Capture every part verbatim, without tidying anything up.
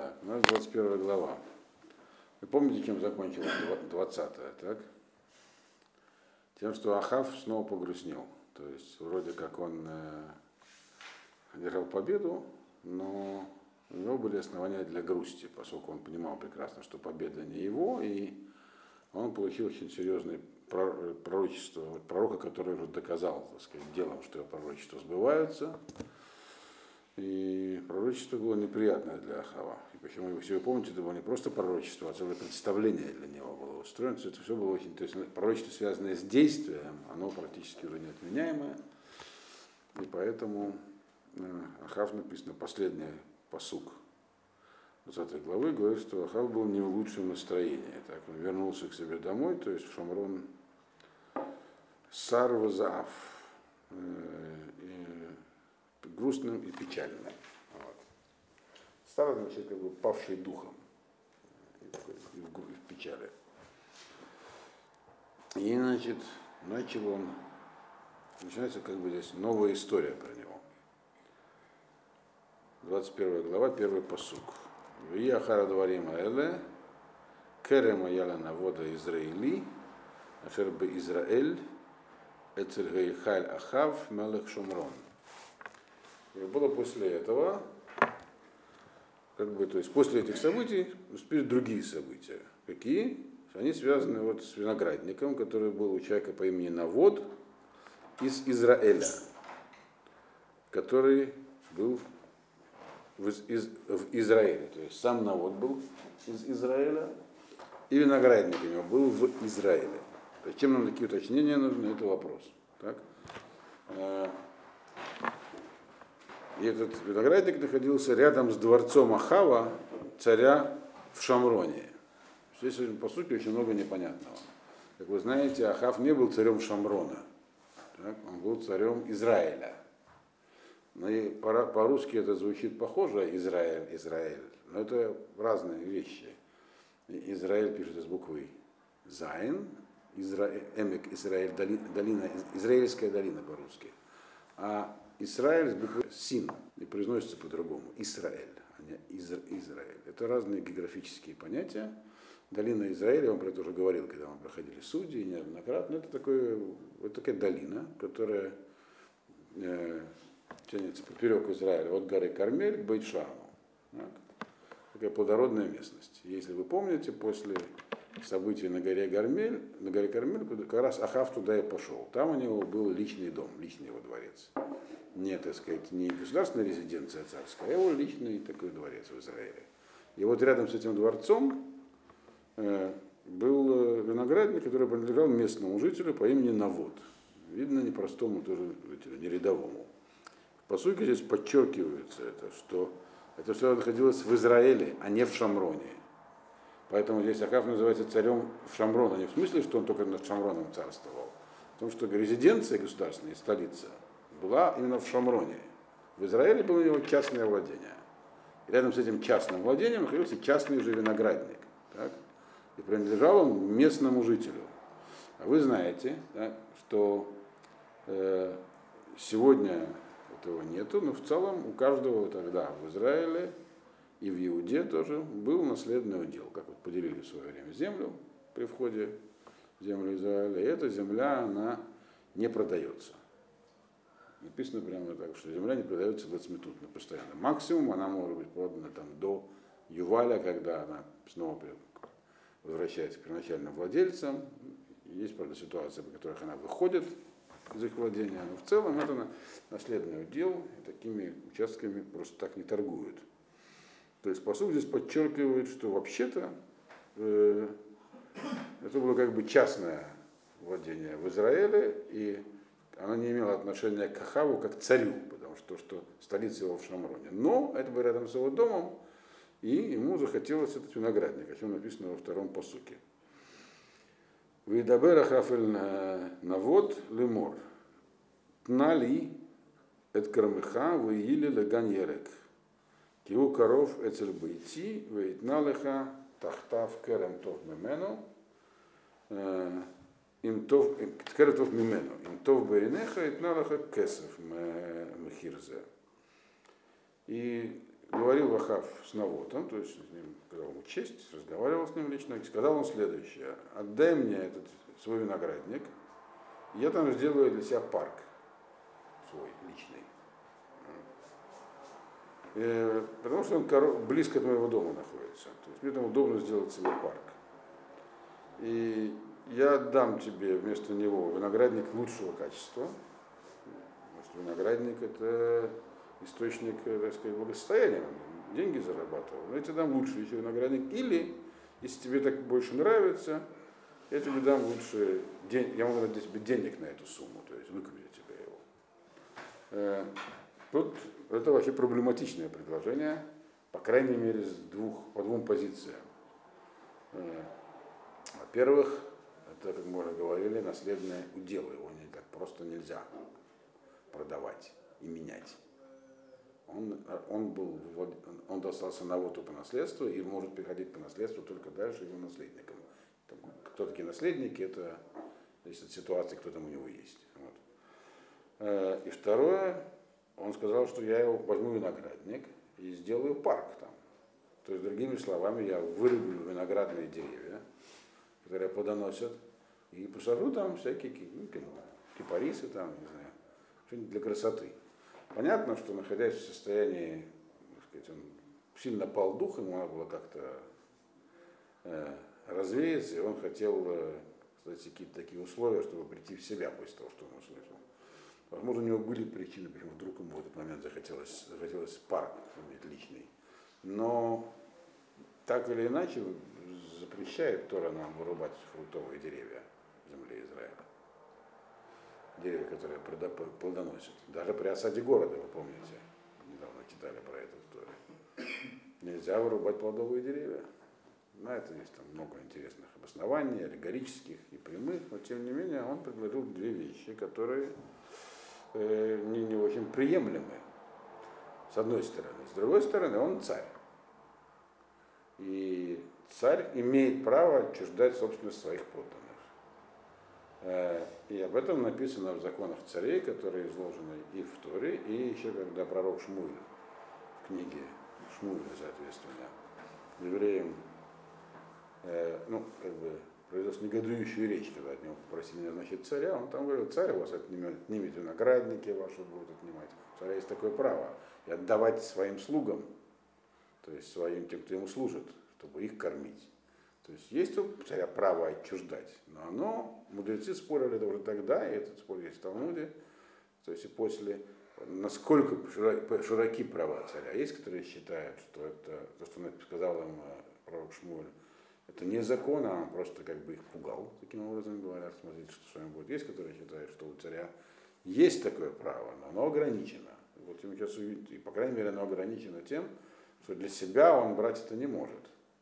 Так, у нас двадцать первая глава. Вы помните, чем закончилась двадцатая, так? Тем, что Ахав снова погрустнел. То есть, вроде как он э, одержал победу, но у него были основания для грусти, поскольку он понимал прекрасно, что победа не его, и он получил очень серьезное пророчество пророка, который уже доказал, так сказать, делом, что его пророчества сбываются. И пророчество было неприятное для Ахава. И почему, если вы помните, это было не просто пророчество, а целое представление для него было устроено. Это все было очень. То есть пророчество, связанное с действием, оно практически уже неотменяемое. И поэтому Ахав написано последний пасук двадцатой главы, говорит, что Ахав был не в лучшем настроении. Так, он вернулся к себе домой, то есть в Шамрон Сарвазаав. Грустным и печальным. Вот. Старый, значит, как бы павший духом и, такой, и, в, и в печали. И, значит, начал он, начинается как бы здесь новая история про него. двадцать первая глава, первый пасук. Вии ахара дварим аэле, керема ялана вода Израили, ашер бе Израэль, эцель гейхаль Ахав, мелех Шумрон. И было после этого, как бы, то есть после этих событий наступили другие события. Какие? Они связаны вот с виноградником, который был у человека по имени Навод из Израиля, который был в, из, в Израиле. То есть сам Навод был из Израиля, и виноградник у него был в Израиле. Зачем нам такие уточнения нужны, это вопрос. Так? И этот виноградник находился рядом с дворцом Ахава, царя в Шамроне. Здесь, по сути, очень много непонятного. Как вы знаете, Ахав не был царем Шамрона, так? Он был царем Израиля. Но и по-русски это звучит похоже, Израиль, Израиль, но это разные вещи. Израиль пишется с буквой Зайн, Изра... Эмек Израиль, долина, израильская долина по-русски. А Израиль с буквой Син, и произносится по-другому. Исраэль, а не Изра... Израиль. Это разные географические понятия. Долина Израиля, я вам про это уже говорил, когда мы проходили судьи неоднократно. Это, такое, вот такая долина, которая э, тянется поперек Израиля от горы Кармель к Бейт-Шаану. Такая плодородная местность. Если вы помните, после событий на горе Кармель, на горе Кармель, как раз Ахав туда и пошел. Там у него был личный дом, личный его дворец. Не, так сказать, не государственная резиденция царская, а его личный такой дворец в Израиле. И вот рядом с этим дворцом э, был виноградник, который принадлежал местному жителю по имени Навод. Видно, непростому тоже жителю, не рядовому. По сути, здесь подчеркивается это, что это все находилось в Израиле, а не в Шамроне. Поэтому здесь Ахав называется царем в Шамрона, не в смысле, что он только над Шамроном царствовал, а в том, что резиденция государственная, столица, была именно в Шамроне. В Израиле было у него частное владение. И рядом с этим частным владением находился частный же виноградник. Так? И принадлежал он местному жителю. А вы знаете, да, что э, сегодня этого нету, но в целом у каждого тогда в Израиле и в Иуде тоже был наследный удел, как вот поделили в свое время землю при входе в землю Израиля. И эта земля, она не продается. Написано прямо так, что земля не продается двадцатиминутно постоянно. Максимум она может быть продана там, до Юваля, когда она снова возвращается к первоначальным владельцам. Есть, правда, ситуации, по которых она выходит из их владения, но в целом это наследный удел, и такими участками просто так не торгуют. То есть посуд здесь подчеркивает, что вообще-то э, это было как бы частное владение в Израиле, и оно не имело отношения к Ахаву как к царю, потому что, что столица его в Шамроне. Но это было рядом с его домом, и ему захотелось этот виноградник, о чем написано во втором пасуке. Вейдабер Ахав эль Навод лемор. Тнали эт кармеха веили леган ерек. Киу коров эцель бейти вейтналеха тахтав керем тов мемену. Им тов керем тов мемену. Им тов бейнеха итналеха кесов мехирзе. И говорил Ахав с Навотом, то есть с ним, когда ему честь, разговаривал с ним лично, и сказал он следующее: отдай мне этот свой виноградник, и я там сделаю для себя парк свой личный. И, потому что он близко от моего дома находится. То есть мне там удобно сделать себе парк. И я отдам тебе вместо него виноградник лучшего качества. Потому что виноградник это источник, так сказать, благосостояния. Деньги зарабатывал. Но я тебе дам лучший еще виноградник. Или, если тебе так больше нравится, я тебе дам лучше день, я могу дать тебе денег на эту сумму, то есть выкупить тебе его. Тут это вообще проблематичное предложение, по крайней мере, с двух, по двум позициям. Во-первых, это, как мы уже говорили, наследное удел, его никак просто нельзя продавать и менять. Он, он, был, он достался Навоту по наследству и может переходить по наследству только дальше его наследникам. Кто такие наследники, это зависит от ситуации, кто там у него есть. Вот. И второе, он сказал, что я его возьму виноградник и сделаю парк там. То есть, другими словами, я вырублю виноградные деревья, которые плодоносят, и посажу там всякие ну, кипарисы, там, не знаю, что-нибудь для красоты. Понятно, что, находясь в состоянии, так сказать, он сильно пал духом, ему надо было как-то э, развеяться, и он хотел, э, кстати, какие-то такие условия, чтобы прийти в себя после того, что он услышал. Возможно, у него были причины, почему вдруг ему в этот момент захотелось, захотелось парк иметь личный. Но так или иначе запрещает Тора нам вырубать фруктовые деревья в земле Израиля. Деревья, которые плодоносят. Даже при осаде города, вы помните, недавно читали про это в Торе. Нельзя вырубать плодовые деревья. На это есть там много интересных обоснований, аллегорических и прямых, но тем не менее он предложил две вещи, которые э, не, не очень приемлемы, с одной стороны. С другой стороны, он царь. И царь имеет право отчуждать собственность своих подданных. И об этом написано в законах царей, которые изложены и в Торе, и еще когда пророк Шмуэль в книге Шмуэля, соответственно, евреям, э, ну, как бы, произнес негодующую речь, когда от него попросили назначить царя, он там говорил: царь у вас отнимет, отнимет виноградники ваши будут отнимать. У царя есть такое право. И отдавать своим слугам, то есть своим тем, кто ему служит, чтобы их кормить. То есть есть у царя право отчуждать, но оно, мудрецы спорили это уже тогда, и этот спор есть в Талмуде, то есть и после, насколько широки права царя. Есть, которые считают, что это, то, что сказал им пророк Шмуэль, это не закон, а он просто как бы их пугал, таким образом говорят, смотрите, что с вами будет. Есть, которые считают, что у царя есть такое право, но оно ограничено. Вот мы сейчас увидим, и по крайней мере оно ограничено тем, что для себя он брать это не может.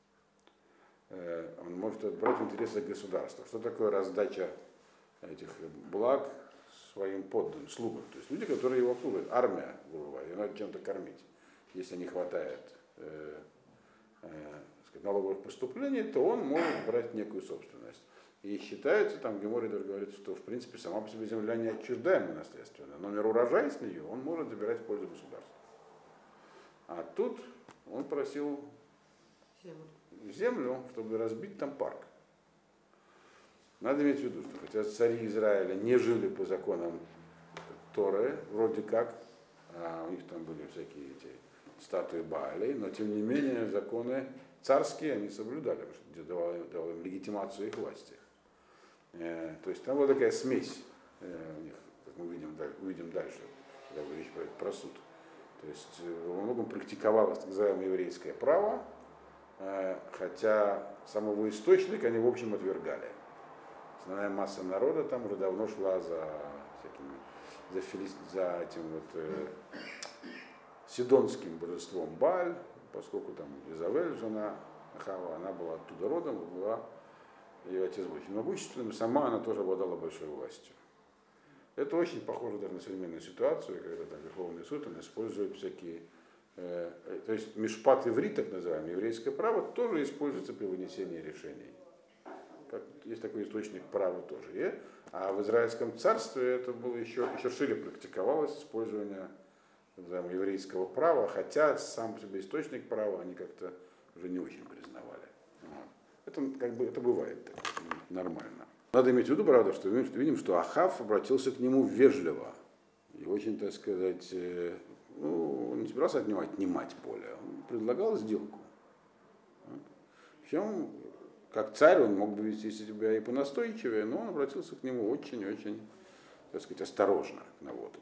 Он может брать в интересах государства. Что такое раздача этих благ своим подданным, слугам? То есть люди, которые его служат, армия, грубо говоря, ее надо чем-то кормить. Если не хватает э, э, сказать, налоговых поступлений, то он может брать некую собственность. И считается, там Геморрей даже говорит, что в принципе сама по себе земля не отчуждаемая наследственная, но урожай с нее он может забирать в пользу государства. А тут он просил землю. землю, чтобы разбить там парк. Надо иметь в виду, что хотя цари Израиля не жили по законам Торы, вроде как, а у них там были всякие эти статуи Баалей, но тем не менее законы царские они соблюдали, потому что давало, давало им легитимацию их власти. Э, то есть там была такая смесь э, у них, как мы увидим, увидим дальше, когда будет речь про, про суд. То есть во многом практиковалось так называемое еврейское право, э, хотя самого источника они в общем отвергали. Основная масса народа там уже давно шла за всякими, за, филист, за этим вот э, сидонским божеством Бааль, поскольку там Изавель, жена Ахава, она была оттуда родом, и была ее отец был очень могущественным, сама она тоже обладала большой властью. Это очень похоже даже на современную ситуацию, когда там Верховный суд он использует всякие, э, то есть мишпат иврит, так называемый, еврейское право, тоже используется при вынесении решений. Как, есть такой источник права тоже. И, а в Израильском царстве это было еще, еще шире практиковалось использование называем, еврейского права, хотя сам по себе источник права они как-то уже не очень признавали. Вот. Это как бы это бывает так, это нормально. Надо иметь в виду, правда, что мы видим, что Ахав обратился к нему вежливо. И очень, так сказать, ну, он не собирался от него отнимать поле, он предлагал сделку. Причем, как царь, он мог бы вести себя и понастойчивее, но он обратился к нему очень-очень, так сказать, осторожно к Навоту.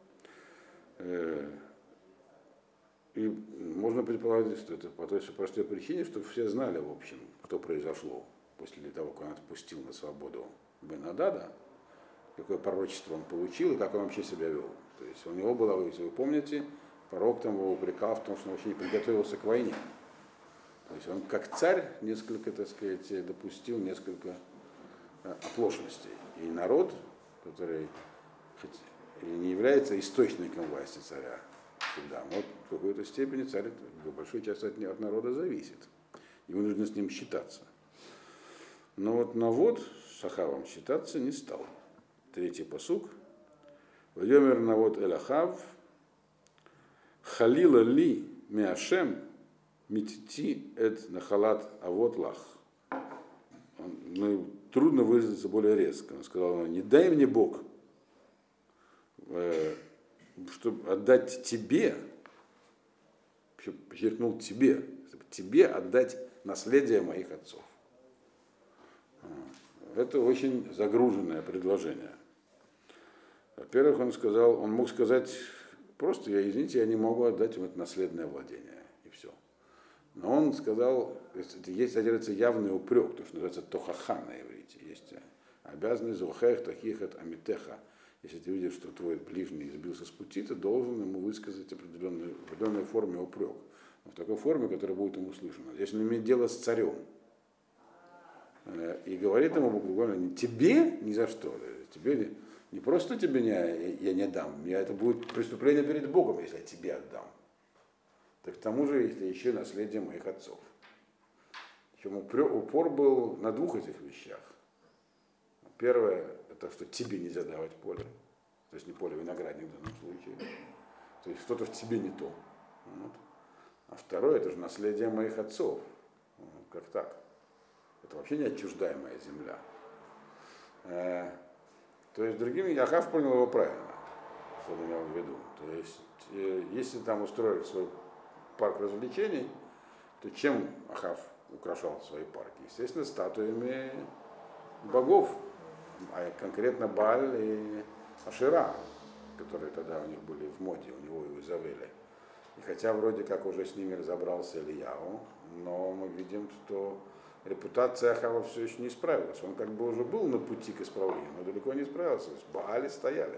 И можно предположить, что это по той простой причине, что все знали, в общем, что произошло после того, как он отпустил на свободу Бен-Адада, какое пророчество он получил и как он вообще себя вел. То есть у него было, если вы помните, пророк там его упрекал в том, что он вообще не приготовился к войне. То есть он как царь несколько, так сказать, допустил несколько оплошностей. И народ, который хоть и не является источником власти царя всегда, но в какой-то степени царь, большая часть от, от народа зависит. Ему нужно с ним считаться. Но вот Навот с Ахавом считаться не стал. Третий пасук. Вайомер Навот эль Ахав, халила ли миашем митити эт нахалат авот лах. Ну, трудно выразиться более резко. Он сказал, не дай мне Бог, э, чтобы отдать тебе, подчеркнул тебе, чтобы тебе отдать наследие моих отцов. Это очень загруженное предложение. Во-первых, он сказал, он мог сказать просто, я, извините, я не могу отдать им это наследное владение, и все. Но он сказал, есть содержится явный упрек, то, что называется тохаха на иврите. Есть обязанность зухех тахих от амитеха. Если ты видишь, что твой ближний сбился с пути, ты должен ему высказать определенную, в определенной форме упрек. Но в такой форме, которая будет ему услышана. Здесь он имеет дело с царем. И говорит ему буквально, тебе ни за что. Тебе, не просто тебе не, я не дам, я, это будет преступление перед Богом, если я тебе отдам. Так к тому же, если еще наследие моих отцов. Причем упор был на двух этих вещах. Первое, это что тебе нельзя давать поле. То есть не поле, виноградник в данном случае. То есть что-то в тебе не то. Вот. А второе, это же наследие моих отцов. Как так? Это вообще не отчуждаемая земля. Э, то есть, другими, Ахав понял его правильно, что он имел в виду. То есть, э, если там устроили свой парк развлечений, то чем Ахав украшал свои парки? Естественно, статуями богов, а конкретно Бааль и Ашера, которые тогда у них были в моде, у него и у Изавеля. И хотя вроде как уже с ними разобрался Ильяу, но мы видим, что репутация Ахава все еще не исправилась. Он как бы уже был на пути к исправлению, но далеко не исправился. Баали стояли.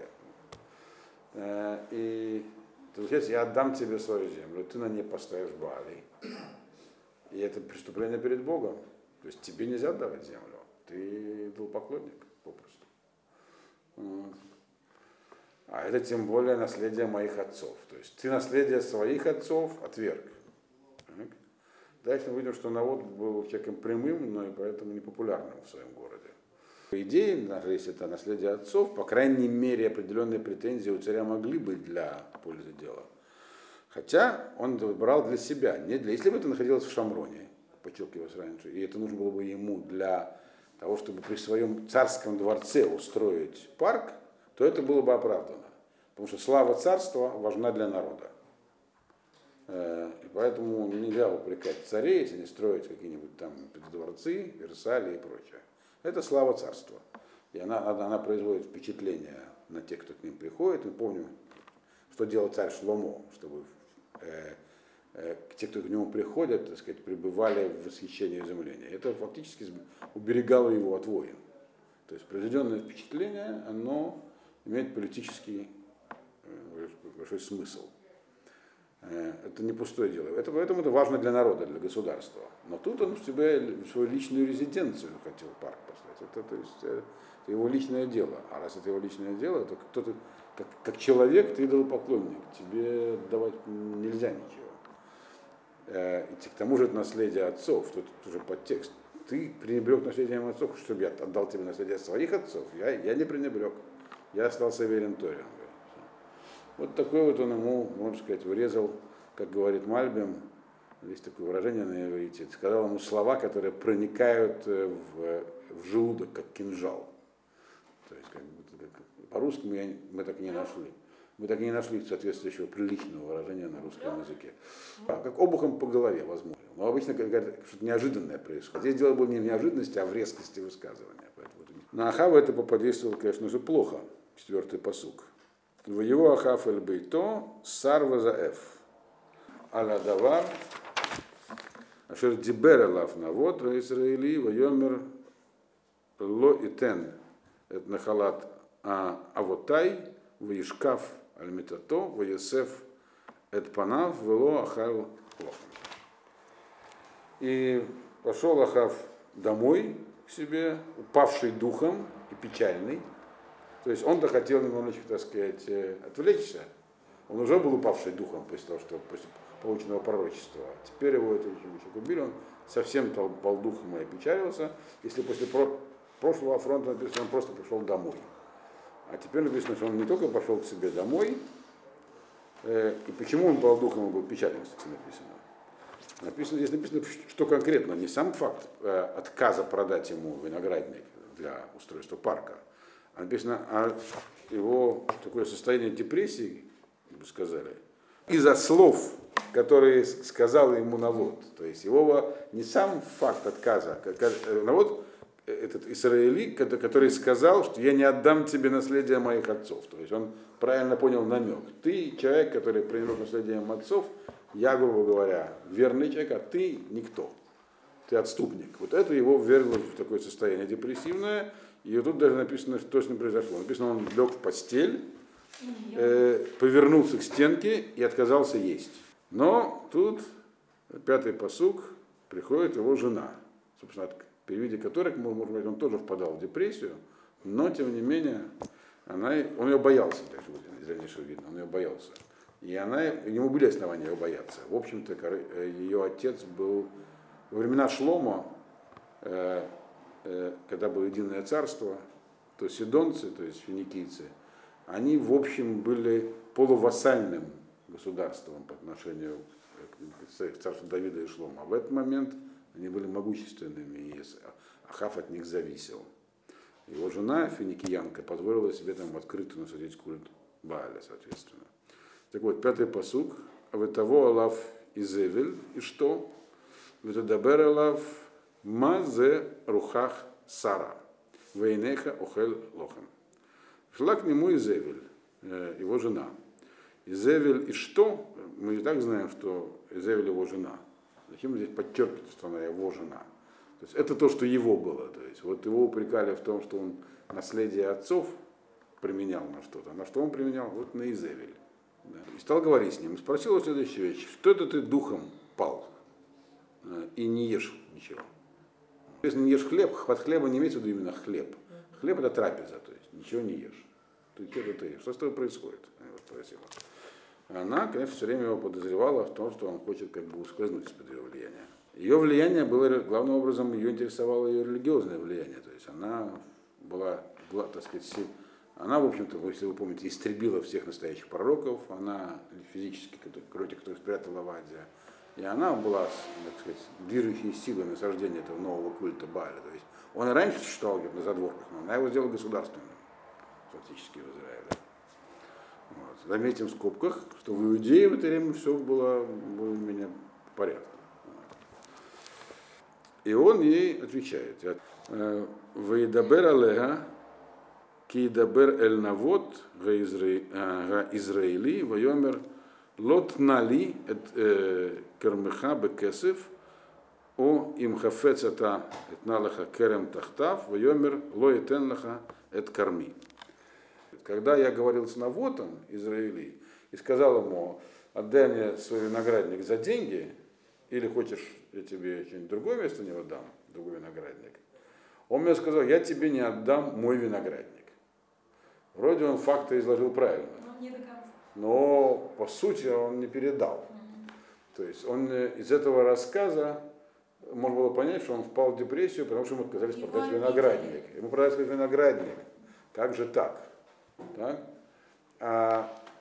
И получается, я отдам тебе свою землю, ты на ней поставишь Баали. И это преступление перед Богом. То есть тебе нельзя отдавать землю. Ты идолопоклонник попросту. Вот. А это тем более наследие моих отцов. То есть ты наследие своих отцов отверг. Так? Дальше мы видим, что Навот был человеком прямым, но и поэтому непопулярным в своем городе. По идее, даже если это наследие отцов, по крайней мере, определенные претензии у царя могли быть для пользы дела. Хотя он брал для себя, не для. Если бы это находилось в Шамроне, подчеркивалось раньше, и это нужно было бы ему для того, чтобы при своем царском дворце устроить парк, то это было бы оправдано. Потому что слава царства важна для народа. И поэтому нельзя упрекать царей, если не строить какие-нибудь там дворцы, Версали и прочее. Это слава царства. И она, она производит впечатление на тех, кто к ним приходит. Мы помним, что делал царь Шломо, чтобы э, э, те, кто к нему приходят, так сказать, пребывали в восхищении и изумлении. Это фактически уберегало его от войн. То есть произведенное впечатление, оно имеет политический э, большой смысл. Это не пустое дело. Это, поэтому это важно для народа, для государства. Но тут он в себе свою личную резиденцию хотел парк поставить. Это, то есть, это его личное дело. А раз это его личное дело, то кто-то, как, как человек, ты идолопоклонник. Тебе давать нельзя ничего. И к тому же это наследие отцов. Тут уже подтекст. Ты пренебрег наследием отцов, чтобы я отдал тебе наследие своих отцов. Я, я не пренебрег. Я остался верен Торе. Вот такой вот он ему, можно сказать, вырезал, как говорит Мальбим, есть такое выражение на иврите, сказал ему слова, которые проникают в, в желудок, как кинжал. То есть, как будто, как, по-русски мы, мы так и не нашли. Мы так и не нашли соответствующего приличного выражения на русском языке. А, как обухом по голове, возможно. Но обычно говорят, что-то неожиданное происходит. Здесь дело было не в неожиданности, а в резкости высказывания. Поэтому на Ахава это подействовало, конечно же, плохо. Четвертый пасук. В его Ахав эль бейто сарва заэф. Аля давар. Ашер дибер элав навод в Израиле. Вайомер ло итен эт нахалат авотай. Ваишкав аль-митато, ваесеф эт-панав, вело ахал лохан. И пошел Ахав домой к себе, упавший духом и печальный. То есть он-то хотел немножечко, так сказать, отвлечься. Он уже был упавший духом после того, что после полученного пророчества. Теперь его это ученик убили, он совсем пал духом и опечалился. Если после прошлого фронта написано, он просто пришел домой. А теперь написано, что он не только пошел к себе домой, э, и почему он пал духом и был печален, кстати, написано. Написано. Здесь написано, что конкретно, не сам факт э, отказа продать ему виноградник для устройства парка, а написано о его такое состояние депрессии, как бы сказали, из-за слов, которые сказал ему Навод. То есть его не сам факт отказа, Навод, этот Исраилит, который сказал, что я не отдам тебе наследие моих отцов. То есть он правильно понял намек. Ты человек, который принял наследием отцов, я, грубо говоря, верный человек, а ты никто. Ты отступник. Вот это его ввергло в такое состояние депрессивное. И вот тут даже написано, что с ним произошло. Написано, он лег в постель, э, повернулся к стенке и отказался есть. Но тут, пятый пасук, приходит его жена. Собственно, при виде которой, может быть, он тоже впадал в депрессию, но, тем не менее, она, он ее боялся, так что из дальнейшего видно, он ее боялся. И она, у него были основания ее бояться. В общем-то, ее отец был, во времена Шломо, э, э, когда было единое царство, то сидонцы, то есть финикийцы, они, в общем, были полувассальным государством по отношению к царству Давида и Шломо. А в этот момент они были могущественными, и Ахав от них зависел. Его жена, финикиянка, позволила себе там открыто насадить культ Бааля, соответственно. Так вот, пятый пасук. Ветаво алав изевель. И что? Ветадабер алав мазе рухах сара. Вейнеха охель лохан. Шла к нему Изевель, его жена. Изевель и что? Мы и так знаем, что Изевель его жена. Зачем здесь подчеркивать, что она его жена? То есть это то, что его было. То есть вот его упрекали в том, что он наследие отцов применял на что-то. А на что он применял? Вот на Изевель. Да. И стал говорить с ним. И спросил его следующую вещь. Что это ты духом пал и не ешь ничего? Если не ешь хлеб, под хлеба не имеется в виду именно хлеб. Хлеб это трапеза, то есть ничего не ешь. Ты что ты ешь? Что с тобой происходит? Она его спросила. Она, конечно, все время его подозревала в том, что он хочет как бы ускользнуть из-под ее влияния. Ее влияние было, главным образом, ее интересовало ее религиозное влияние. То есть она была, была так сказать, она, в общем-то, если вы помните, истребила всех настоящих пророков, она физически, кроме тех, кто спрятала в Аде, и она была, так сказать, движущей силой насаждения этого нового культа Бааля. То есть он и раньше существовал где-то на задворках, но она его сделала государственным, фактически, в Израиле. Вот. Заметим в скобках, что в Иудее в это время все было более-менее в порядке. И он ей отвечает. Вейдабер алега, кидабер эль навод га Израили, вайомер лот нали эт кермеха бекесев, о им хафецата эт налаха керем тахтав, вайомер ло этен лаха эт карми. Когда я говорил с Навотом, Израили, и сказал ему, отдай мне свой виноградник за деньги, или хочешь, я тебе что-нибудь другое место не отдам, другой виноградник. Он мне сказал, я тебе не отдам мой виноградник. Вроде он факты изложил правильно, но по сути он не передал. То есть он из этого рассказа можно было понять, что он впал в депрессию, потому что ему отказались продать виноградник. Ему продали виноградник. Как же так? Так? А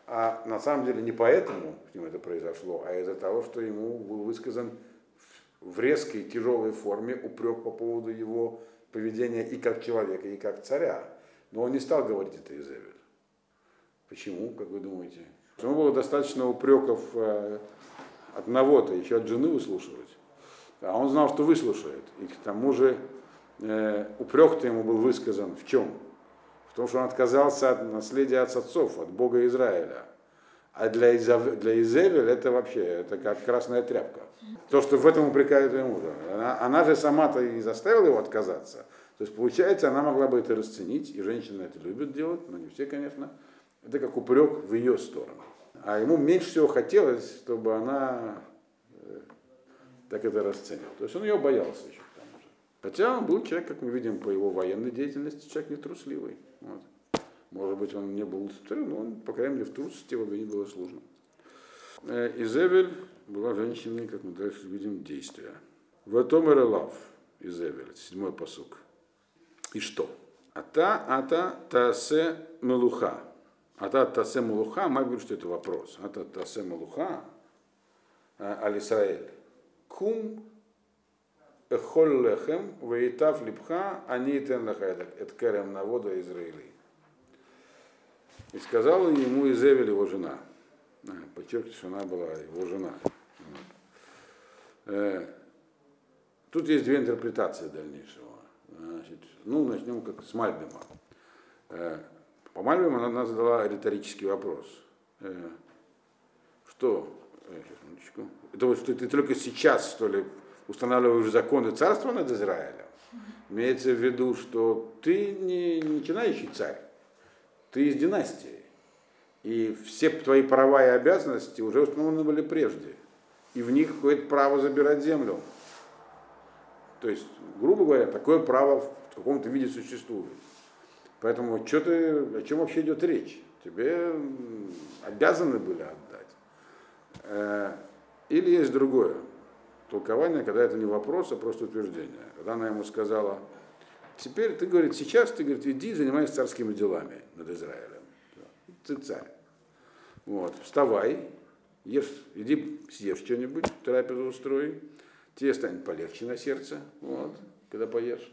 А на самом деле не поэтому с ним это произошло, а из-за того, что ему был высказан в резкой, тяжелой форме упрек по поводу его поведения и как человека, и как царя. Но он не стал говорить это Изевель. Почему, как вы думаете? Ему было достаточно упреков э, от Навота, еще от жены выслушивать. А он знал, что выслушает. И к тому же э, упрек-то ему был высказан в чем? В том, что он отказался от наследия от отцов, от Бога Израиля. А для, Изав... для Изевель это вообще это как красная тряпка. То, что в этом упрекают ее мужа. Она, она же сама-то и заставила его отказаться. То есть, получается, она могла бы это расценить, и женщины это любят делать, но не все, конечно. Это как упрек в ее сторону. А ему меньше всего хотелось, чтобы она э, так это расценила. То есть он ее боялся еще к тому же. Хотя он был человек, как мы видим по его военной деятельности, человек нетрусливый. Вот. Может быть, он не был, но он, по крайней мере, в трусости его обвинить было сложно. Э, Изевель была женщиной, как мы дальше видим, действия. Ватомер Элав, Изевель, седьмой пасук. И что? Ата, ата, тасе мелуха. Ата, тасе мелуха, мы говорим, что это вопрос. Ата, тасе мелуха, аль Исраэль. Кум эхоль лехем, веитав липха, они тен леха, это керем навода Израилей. И сказала ему Изевель, его жена. Подчеркиваю, что она была его жена. Тут есть две интерпретации дальнейшего. Значит, ну, начнем как с Мальбима. По Мальбиму она задала риторический вопрос. Что? Это вот что ты только сейчас, что ли, устанавливаешь законы царства над Израилем? Имеется в виду, что ты не начинающий царь, ты из династии. И все твои права и обязанности уже установлены были прежде. И в них какое-то право забирать землю. То есть, грубо говоря, такое право в каком-то виде существует. Поэтому что ты, о чем вообще идет речь? Тебе обязаны были отдать. Или есть другое толкование, когда это не вопрос, а просто утверждение. Когда она ему сказала, теперь ты, говорит, сейчас ты, говорит, иди занимайся царскими делами над Израилем. Ты царь. Вот, вставай, ешь, иди съешь что-нибудь, трапезу устрой. Тебе станет полегче на сердце, вот, когда поешь.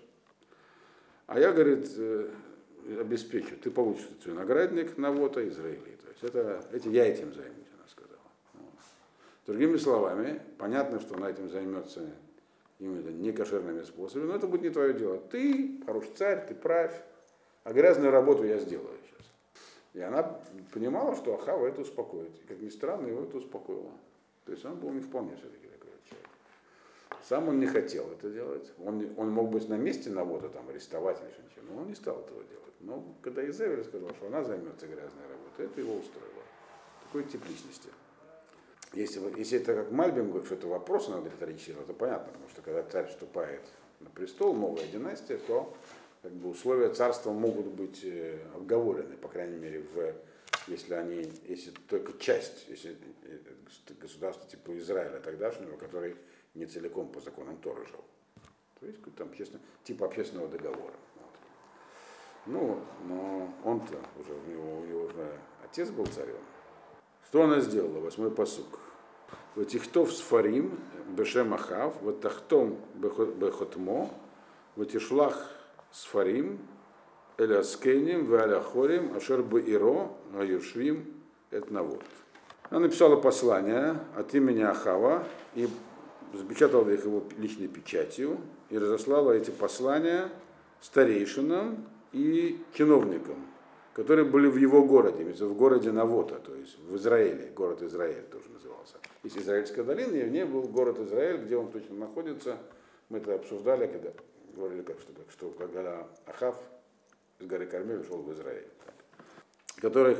А я, говорит, обеспечу, ты получишь свой наградник Навота Израилей. То есть это, эти, я этим займусь, она сказала. Вот. Другими словами, понятно, что она этим займется именно некошерными способами, но это будет не твое дело. Ты хороший царь, ты правь, а грязную работу я сделаю сейчас. И она понимала, что Ахава это успокоит. И, как ни странно, его это успокоило. То есть он был не вполне все-таки такой человек. Сам он не хотел это делать. Он, он мог быть на месте Навота, там, арестовать или что-нибудь, но он не стал этого делать. Но когда Изевель сказал, что она займется грязной работой, это его устроило. Такой тип личности. Если, если это как Мальбим говорит, что это вопрос надо риторический, то понятно, потому что когда царь вступает на престол, новая династия, то как бы, условия царства могут быть э, обговорены, по крайней мере, в, если они, если только часть, если государство типа Израиля тогдашнего, который не целиком по законам Торы жил. То есть там общественно, типа общественного договора. Вот. Ну, но он-то уже, у него, у него уже отец был царем. Что она сделала? Восьмой пасук. Ватихтов сфарим бешем Ахав, ватахтом бехотмо, ватишлах сфарим, эляскеним, валяхорим, ашер баиро, аюшвим, этнавод. Она написала послание от имени Ахава и запечатала их его личной печатью и разослала эти послания старейшинам и чиновникам, которые были в его городе, в городе Навота, то есть в Израиле, город Израиль тоже назывался. Есть Израильская долина, и в ней был город Израиль, где он точно находится. Мы это обсуждали, когда говорили, как, что, как, что когда Ахав из горы Кармель ушел в Израиль. Которых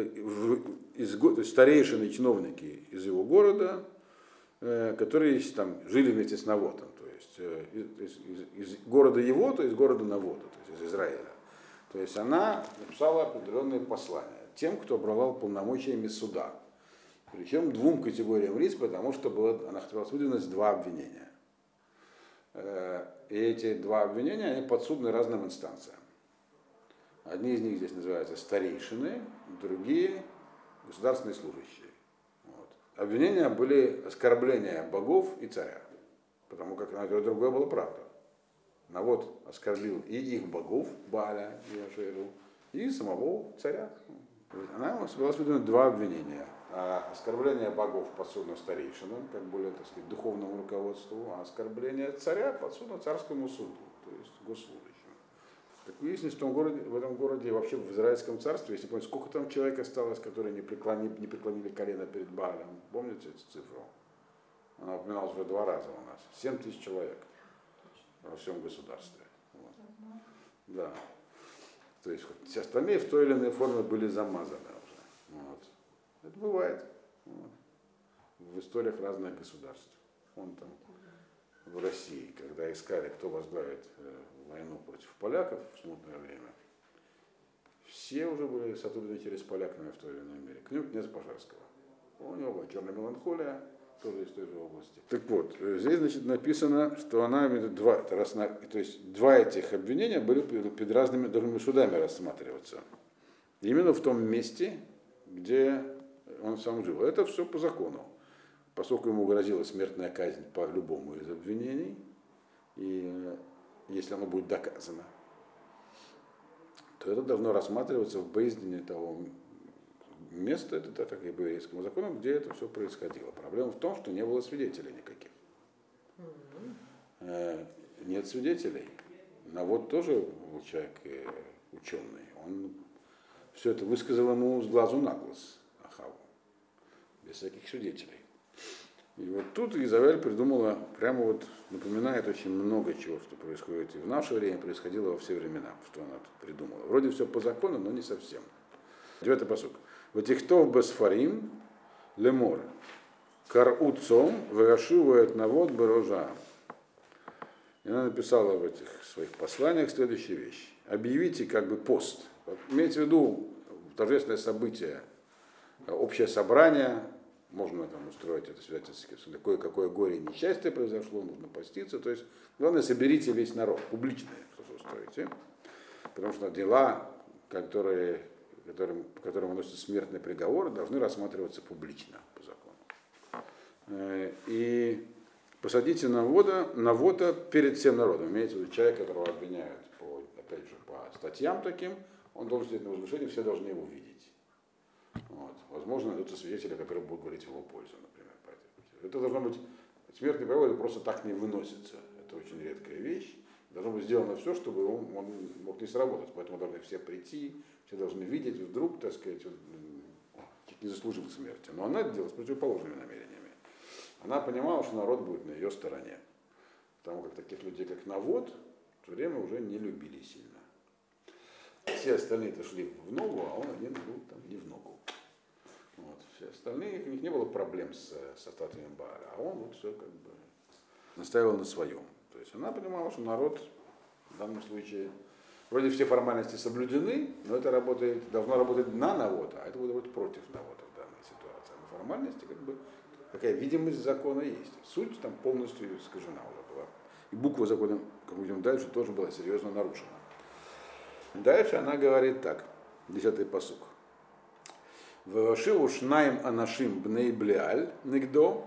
из, то есть старейшины чиновники из его города, которые там жили вместе с Навотом, то есть из, из, из города его, то есть города Навота, то есть из Израиля. То есть она написала определенные послания тем, кто обладал полномочиями суда. Причем двум категориям лиц, потому что было, она хотела выдвинуть два обвинения. И эти два обвинения, они подсудны разным инстанциям. Одни из них здесь называются старейшины, другие государственные служащие. Вот. Обвинения были оскорбления богов и царя, потому как на то и другое было правда. Навод оскорбил и их богов, Бааля и Ашеру, и самого царя. Она была выдвинута два обвинения. Оскорбление богов подсудно старейшинам, как более, так сказать, духовному руководству, а оскорбление царя подсудно царскому суду, то есть госслужащим. Так выяснилось, в, том городе, в этом городе, вообще в Израильском царстве, если помните, сколько там человек осталось, которые не преклонили, не преклонили колено перед Баалем. Помните эту цифру? Она упоминалась уже два раза у нас. Семь тысяч человек во всем государстве. Вот. Да. То есть все остальные в той или иной форме были замазаны уже. Вот. Это бывает. Вот. В историях разных государств. Он там в России, когда искали, кто возглавит э, войну против поляков в смутное время, все уже были сотрудничали с поляками в той или иной мере. Князь князь Пожарского. У него была черная меланхолия, тоже из той же области. Так вот, здесь, значит, написано, что она имеет два, раз на, то есть два этих обвинения были перед разными другими судами рассматриваться. Именно в том месте, где он сам жил. Это все по закону. Поскольку ему грозила смертная казнь по любому из обвинений, и если оно будет доказано, то это должно рассматриваться в Бейздине того места, это так и по еврейскому закону, где это все происходило. Проблема в том, что не было свидетелей никаких. Mm-hmm. Нет свидетелей. Но вот тоже был человек ученый. Он все это высказал ему с глазу на глаз, Ахаву, без всяких свидетелей. И вот тут Изавель придумала, прямо вот напоминает очень много чего, что происходит и в наше время, происходило во все времена, что она тут придумала. Вроде все по закону, но не совсем. Девятый пасук. Ватихтов басфарим лемор. Каруцом вырашивает навод берожа. И она написала в этих своих посланиях следующую вещь. Объявите как бы пост. Вот, имейте в виду торжественное событие, общее собрание. Можно там устроить это свидетельство, что кое-какое горе и несчастье произошло, нужно поститься. То есть, главное, соберите весь народ, публичное что-то устроите. Потому что дела, которые, которым, по которым выносятся смертный приговор, должны рассматриваться публично по закону. И посадите Навода, Навода перед всем народом. Имеется в виду человек, которого обвиняют, по, опять же, по статьям таким, он должен сидеть на возвышении, все должны его видеть. Вот. Возможно, найдутся свидетели, которые будут говорить в его пользу, например. Это должно быть, смертный приговор просто так не выносится. Это очень редкая вещь. Должно быть сделано все, чтобы он, он мог не сработать. Поэтому должны все прийти, все должны видеть, вдруг, так сказать, он чуть не заслужил смерти. Но она это делала с противоположными намерениями. Она понимала, что народ будет на ее стороне. Потому как таких людей, как Навод, в то время уже не любили сильно. Все остальные-то шли в ногу, а он один был там не в ногу. Вот. Все остальные, у них не было проблем с, со статуями Бааля, а он вот все как бы настаивал на своем. То есть она понимала, что народ в данном случае, вроде все формальности соблюдены, но это работает, должно работать на Навода, а это будет работать против Навода в данной ситуации. Но формальности как бы такая видимость закона есть. Суть там полностью искажена уже была. И буква закона, как мы идем дальше, тоже была серьезно нарушена. Дальше она говорит так, десятый пасук. Вашиву шнаим анашим бней блеаль нигдо,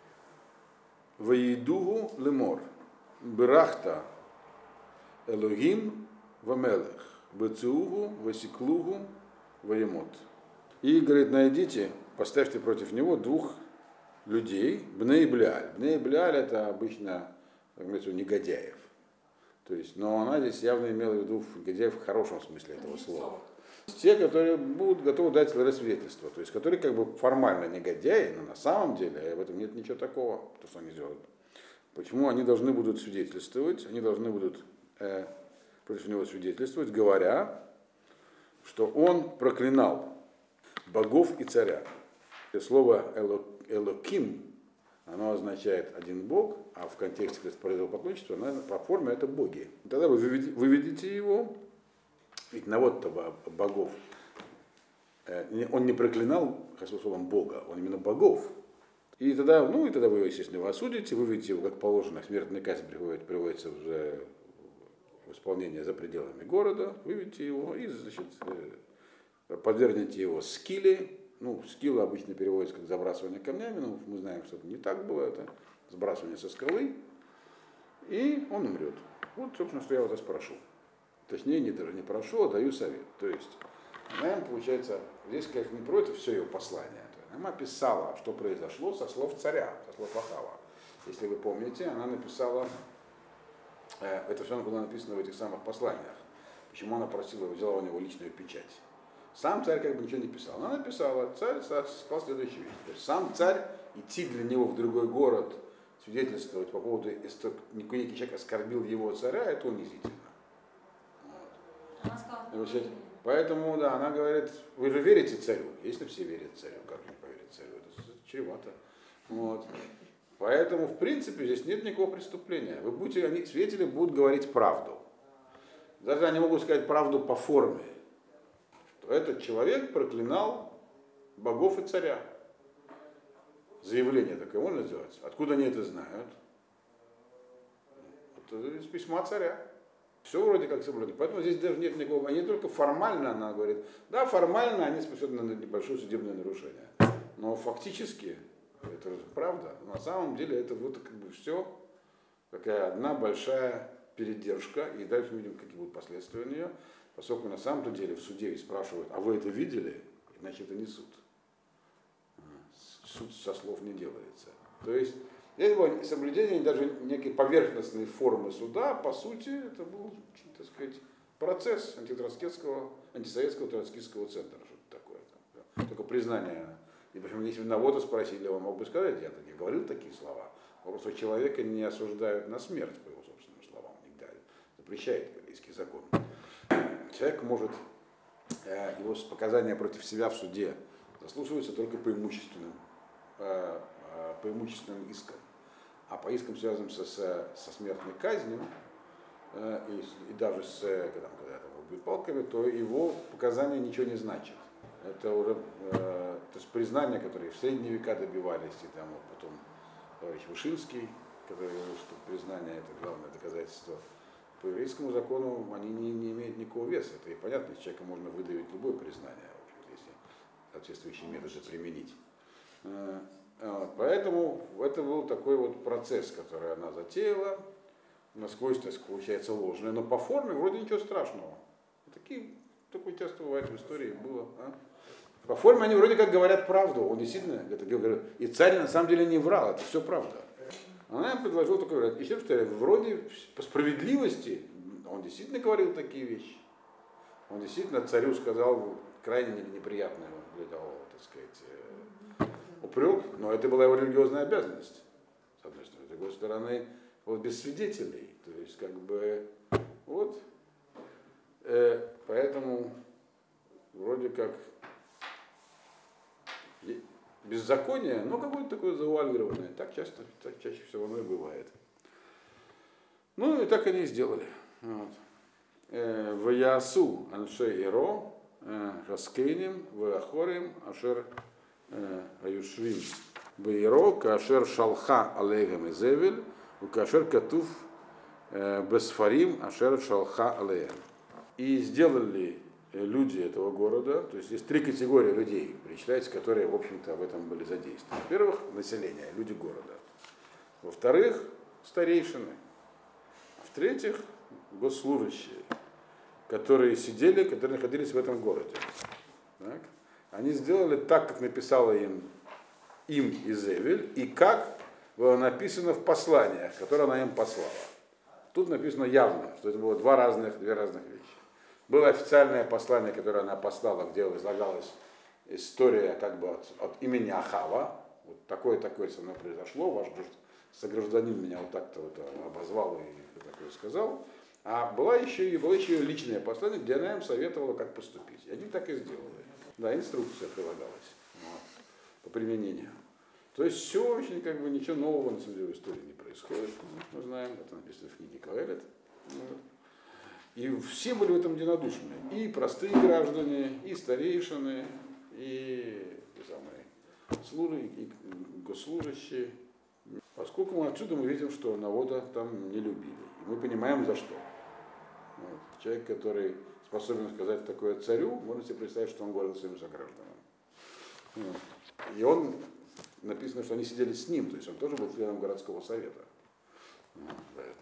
ваидугу лемор, брахта элогим вамелех, бецугу васиклугу ваемот. И, говорит, найдите, поставьте против него двух людей, бней блеаль. Бней блеаль это обычно, как говорится, негодяев. То есть, но она здесь явно имела в виду негодяев в хорошем смысле этого слова. Те, которые будут готовы дать лжесвидетельство, то есть, которые как бы формально негодяи, но на самом деле в этом нет ничего такого, то, что они делают. Почему они должны будут свидетельствовать, они должны будут э, против него свидетельствовать, говоря, что он проклинал богов и царя. И слово эло, элоким, оно означает один бог, а в контексте идолопоклонничества, по форме это боги. Тогда вы выведите его, ведь навод-то богов, он не проклинал, словом, Бога, он именно богов. И тогда, ну и тогда вы, естественно, его осудите, выведите его, как положено, смертная казнь приводит, приводится уже в исполнение за пределами города, выведите его и, значит, подвергните его скиле, ну, скилл обычно переводится как забрасывание камнями, но мы знаем, что это не так было, это сбрасывание со скалы, и он умрет. Вот, собственно, что я вас спрошу. Точнее, не, даже не прошу, а даю совет. То есть, она им, получается, здесь, как не против все ее послание. Она описала, что произошло со слов царя, со слов Ахава. Если вы помните, она написала, э, это все было написано в этих самых посланиях. Почему она просила, взяла у него личную печать. Сам царь как бы ничего не писал. Она написала, царь сказал следующую вещь. То есть сам царь идти для него в другой город, свидетельствовать по поводу, если некий человек оскорбил его царя, это унизительно. Вот. Она сказала, поэтому, да, она говорит, вы же верите царю? Если все верят царю, как не поверить царю? Это чревато. Вот. Поэтому, в принципе, здесь нет никакого преступления. Вы будете, они, свидетели будут говорить правду. Даже они могут сказать правду по форме. Что этот человек проклинал богов и царя. Заявление такое можно сделать? Откуда они это знают? Это из письма царя. Все вроде как соблюдено. Поэтому здесь даже нет никакого. Они только формально, она говорит, да, формально они способны на небольшое судебное нарушение. Но фактически, это же правда. На самом деле это вот как бы все такая одна большая передержка. И дальше мы видим, какие будут последствия у нее. Поскольку на самом деле в суде и спрашивают, а вы это видели? Иначе это не суд. Суд со слов не делается. То есть, это было соблюдение даже некой поверхностной формы суда, по сути, это был, так сказать, процесс антитроцкистского, антисоветского троцкистского центра, что-то такое. Да. Только признание. И причем, если бы Навода спросили, он мог бы сказать, я не говорил такие слова. Просто человека не осуждают на смерть, по его собственным словам, нигде. Запрещает еврейский закон. Человек может, его показания против себя в суде заслушиваются только по имущественным по имущественным искам. А по искам, связанным со, со, со смертной казнью, э, и, и даже с, когда, когда это убьют палками, то его показания ничего не значат. Это уже э, то есть признания, которые в средние века добивались, и там вот потом товарищ Вышинский, который говорил, что признание это главное доказательство. По еврейскому закону они не, не имеют никакого веса. Это и понятно, из человека можно выдавить любое признание, в общем-то, если соответствующие методы применить. Поэтому это был такой вот процесс, который она затеяла, насквозь, так получается, ложное, но по форме вроде ничего страшного. Такие, такое часто бывает в истории было. А? По форме они вроде как говорят правду, он действительно, это говорит, и царь на самом деле не врал, это все правда. Она им предложила такое, еще что вроде по справедливости, он действительно говорил такие вещи. Он действительно царю сказал крайне неприятное для того, так сказать, упрек, но это была его религиозная обязанность, с одной стороны. С другой стороны, вот без свидетелей. То есть, как бы, вот, э, поэтому вроде как беззаконие, но какое-то такое завуалированное. Так часто, так чаще всего оно и бывает. Ну и так они и сделали. Вот. В Ясу Анше Иро, Хаскейним, в Ахорим, Ашер Аюшвим, в Иро, Кашер Шалха Алейгам Изевель, у Кашер Катув Бесфарим, Ашер Шалха Алейгам. И сделали люди этого города, то есть есть три категории людей, перечисляются, которые, в общем-то, в этом были задействованы. Во-первых, население, люди города. Во-вторых, старейшины. А в-третьих, госслужащие, которые сидели, которые находились в этом городе. Так? Они сделали так, как написала им, им Изевель, и как было написано в посланиях, которые она им послала. Тут написано явно, что это было два разных, две разных вещи. Было официальное послание, которое она послала, где излагалась история как бы от, от имени Ахава. Вот такое-такое со мной произошло, ваш согражданин меня вот так-то вот обозвал и такое сказал. А была еще, и было еще ее личное послание, где она им советовала, как поступить. И они так и сделали. Да, инструкция прилагалась вот, по применению. То есть все очень, как бы, ничего нового на самом деле в истории не происходит. Мы знаем, это написано в книге Коэлет. Вот. И все были в этом единодушны. И простые граждане, и старейшины, и, и самые служи, и госслужащие. Поскольку мы отсюда мы видим, что Навода там не любили. И мы понимаем, за что. Вот. Человек, который способен сказать такое царю, можно себе представить, что он говорил своим согражданам. Вот. И он, написано, что они сидели с ним, то есть он тоже был членом городского совета. Вот,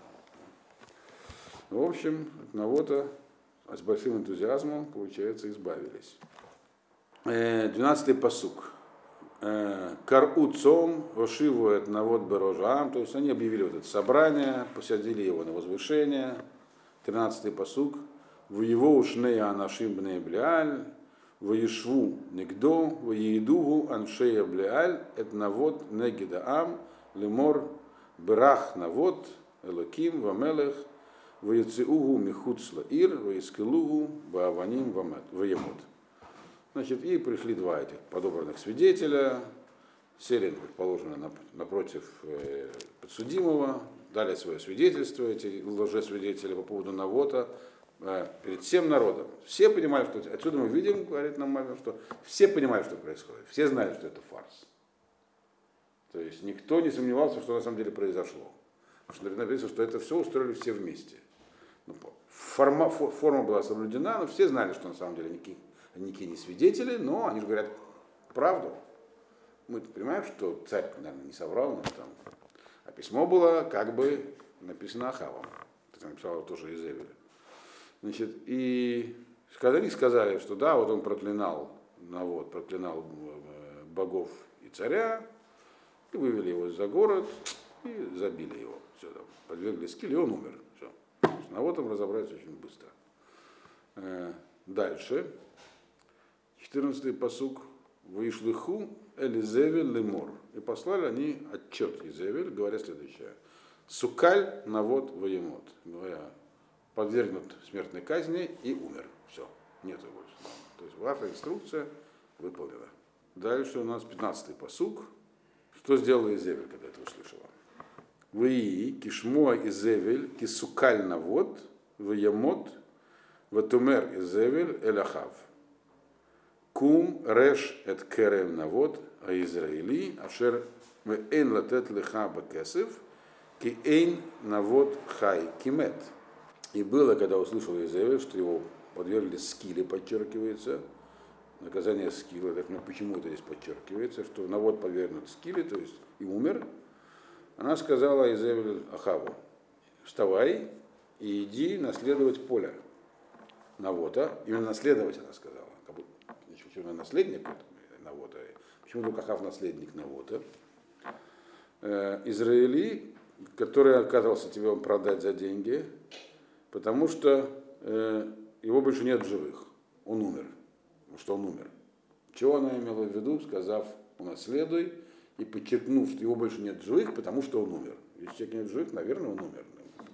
в общем, от Навота с большим энтузиазмом, получается, избавились. Двенадцатый пасук. Кару цом, ошиву от Навот берожам, то есть они объявили вот это собрание, посадили его на возвышение. Тринадцатый пасук. В его ушнея анашим бней блиаль, в ешву негдо, в еидугу аншея блиаль, эт Навот негидаам, лемор брах Навот, элоким вамелех, в яцеугу михуцла ир, в искелугу бааваним ваемот. Значит, и пришли два этих подобранных свидетеля, сели, предположено, напротив э, подсудимого, дали свое свидетельство, эти лжесвидетели по поводу Навота, э, перед всем народом. Все понимали, что отсюда мы видим, говорит нам Мальбим, что все понимали, что происходит, все знали, что это фарс. То есть никто не сомневался, что на самом деле произошло. Потому что написано, что это все устроили все вместе. Ну, форма, форма была соблюдена, но все знали, что на самом деле никаких никакие не свидетели, но они же говорят правду. Мы понимаем, что царь, наверное, не соврал нам там. А письмо было как бы написано Ахавом. Это написал тоже Изевель. Значит, и когда они сказали, что да, вот он проклинал, Навот, проклинал богов и царя, и вывели его за город, и забили его. Все, там, подвергли скиле, и он умер. Все. С Навотом разобрались очень быстро. Дальше. четырнадцатый пасук. Вышлыху Элизевель лемор. И послали они отчет Изевель, говоря следующее. Сукаль Навот воемот. Говоря, подвергнут смертной казни и умер. Все, нету больше. То есть ваша инструкция выполнена. Дальше у нас пятнадцатый пасук. Что сделала Изевель, когда это услышала? Вы кишмуа Изевель кисукаль Навот воемот ватумер Изевель элахав. Кум реш эт керем Навот а Израили ашер меэн латет леха бакесев ки эйн Навот хай кимет. И было, когда услышал Изевель, что его подвергли скиле, подчеркивается, наказание скила. Так, ну, почему это здесь подчеркивается, что Навот подвергнут скиле, то есть и умер. Она сказала Изевель Ахаву: вставай и иди наследовать поле Навота. Именно наследовать она сказала. Почему наследник Навота? Почему вдруг Ахав наследник Навота? Э, Израили, который отказался тебе продать за деньги, потому что э, его больше нет в живых. Он умер. Потому что он умер. Чего она имела в виду, сказав унаследуй, и подчеркнув, что его больше нет в живых, потому что он умер. Если человек нет в живых, наверное, он умер.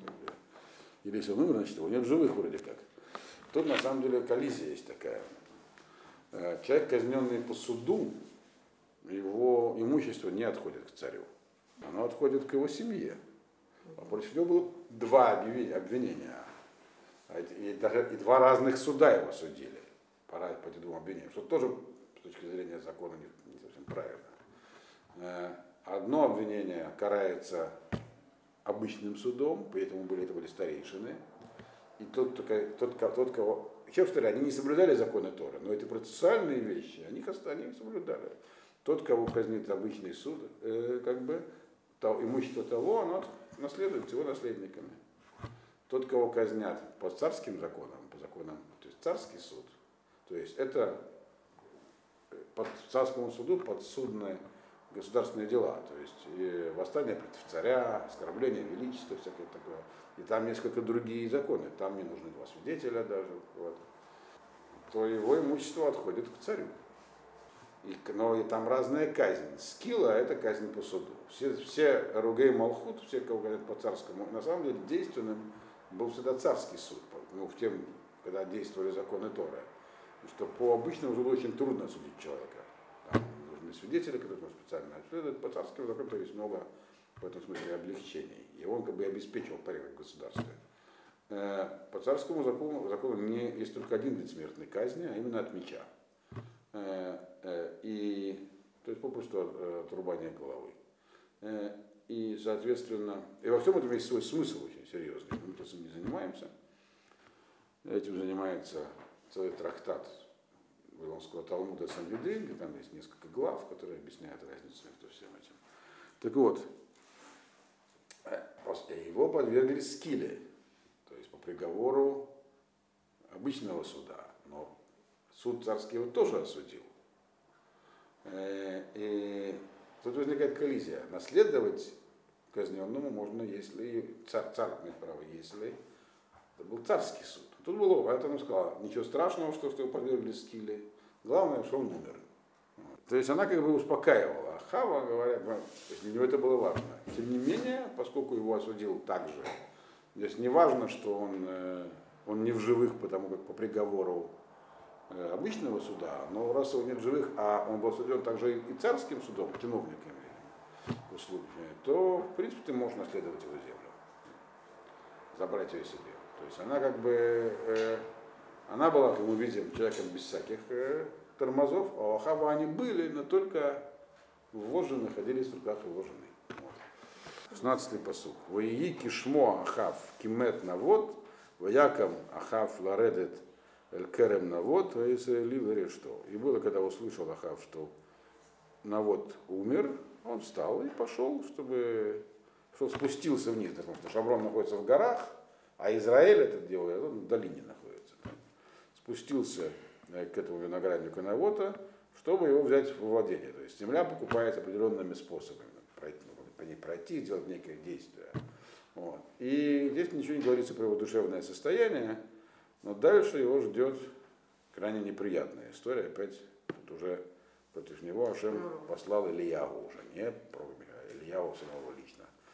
Или если он умер, значит его нет в живых вроде как. Тут на самом деле коллизия есть такая. Человек, казненный по суду, его имущество не отходит к царю. Оно отходит к его семье. А против него было два обвинения. И, даже, и два разных суда его судили по, по этим двум обвинениям, что тоже с точки зрения закона не, не совсем правильно. Одно обвинение карается обычным судом, поэтому были, это были старейшины. И тот, тот, тот, кого... Еще что ли, они не соблюдали законы Торы, но эти процессуальные вещи, они, они соблюдали. Тот, кого казнит обычный суд, э, как бы, то, имущество того, оно наследуется его наследниками. Тот, кого казнят по царским законам, по законам, то есть царский суд, то есть это по царскому суду подсудные государственные дела, то есть и восстание против царя, оскорбление величества, всякое такое. И там несколько другие законы, там не нужны два свидетеля даже, вот, то его имущество отходит к царю. И, но и там разная казнь. Скила — это казнь по суду. Все, все Ругей Малхут, все, кого говорят по царскому, на самом деле действенным был всегда царский суд, ну, в тем, когда действовали законы Торы. Потому что по обычному суду очень трудно судить человека. Там нужны свидетели, которые можно специально отследовать. По царскому закону есть много в этом смысле облегчений. И он как бы обеспечивал порядок в государстве. По царскому закону, закону не, есть только один вид смертной казни, а именно от меча. И, то есть попросту отрубание головы. И, соответственно, и во всем этом есть свой смысл очень серьезный. Мы этим не занимаемся. Этим занимается целый трактат Вавилонского Талмуда Сангедрин, где там есть несколько глав, которые объясняют разницу между всем этим. Так вот, его подвергли скиле, то есть по приговору обычного суда, но суд царский его тоже осудил. И тут возникает коллизия. Наследовать казненному можно, если царь, царь имеет право, если это был царский суд. Тут было, поэтому сказала, ничего страшного, что, что его подвергли скиле. Главное, что он умер. Вот. То есть она как бы успокаивала. А Хава, говоря, то есть для него это было важно. Тем не менее, поскольку его осудил так же, здесь не важно, что он, он не в живых, потому как по приговору обычного суда, но раз он не в живых, а он был осужден также и царским судом, чиновниками, то, в принципе, можно наследовать его землю, забрать ее себе. То есть она как бы, э, она была, как мы видим, человеком без всяких э, тормозов, а у Ахава они были, но только вожжи находились в руках его жены. Вот. шестнадцатый пасук. Воии кишмо Ахав кимет навод, воякам Ахав ларедет эль керем навод, воисраилил что. И было, когда услышал Ахав, что Навод умер, он встал и пошел, чтобы что спустился вниз, потому что Шамрон находится в горах, а Израиль это делает, он в долине находится. Спустился к этому винограднику Навота, чтобы его взять в владение. То есть земля покупается определенными способами. Пройти, по ней пройти, сделать некое действие. Вот. И здесь ничего не говорится про его душевное состояние, но дальше его ждет крайне неприятная история. Опять тут уже против него Ашем послал Ильяву уже, не про Ильяву самого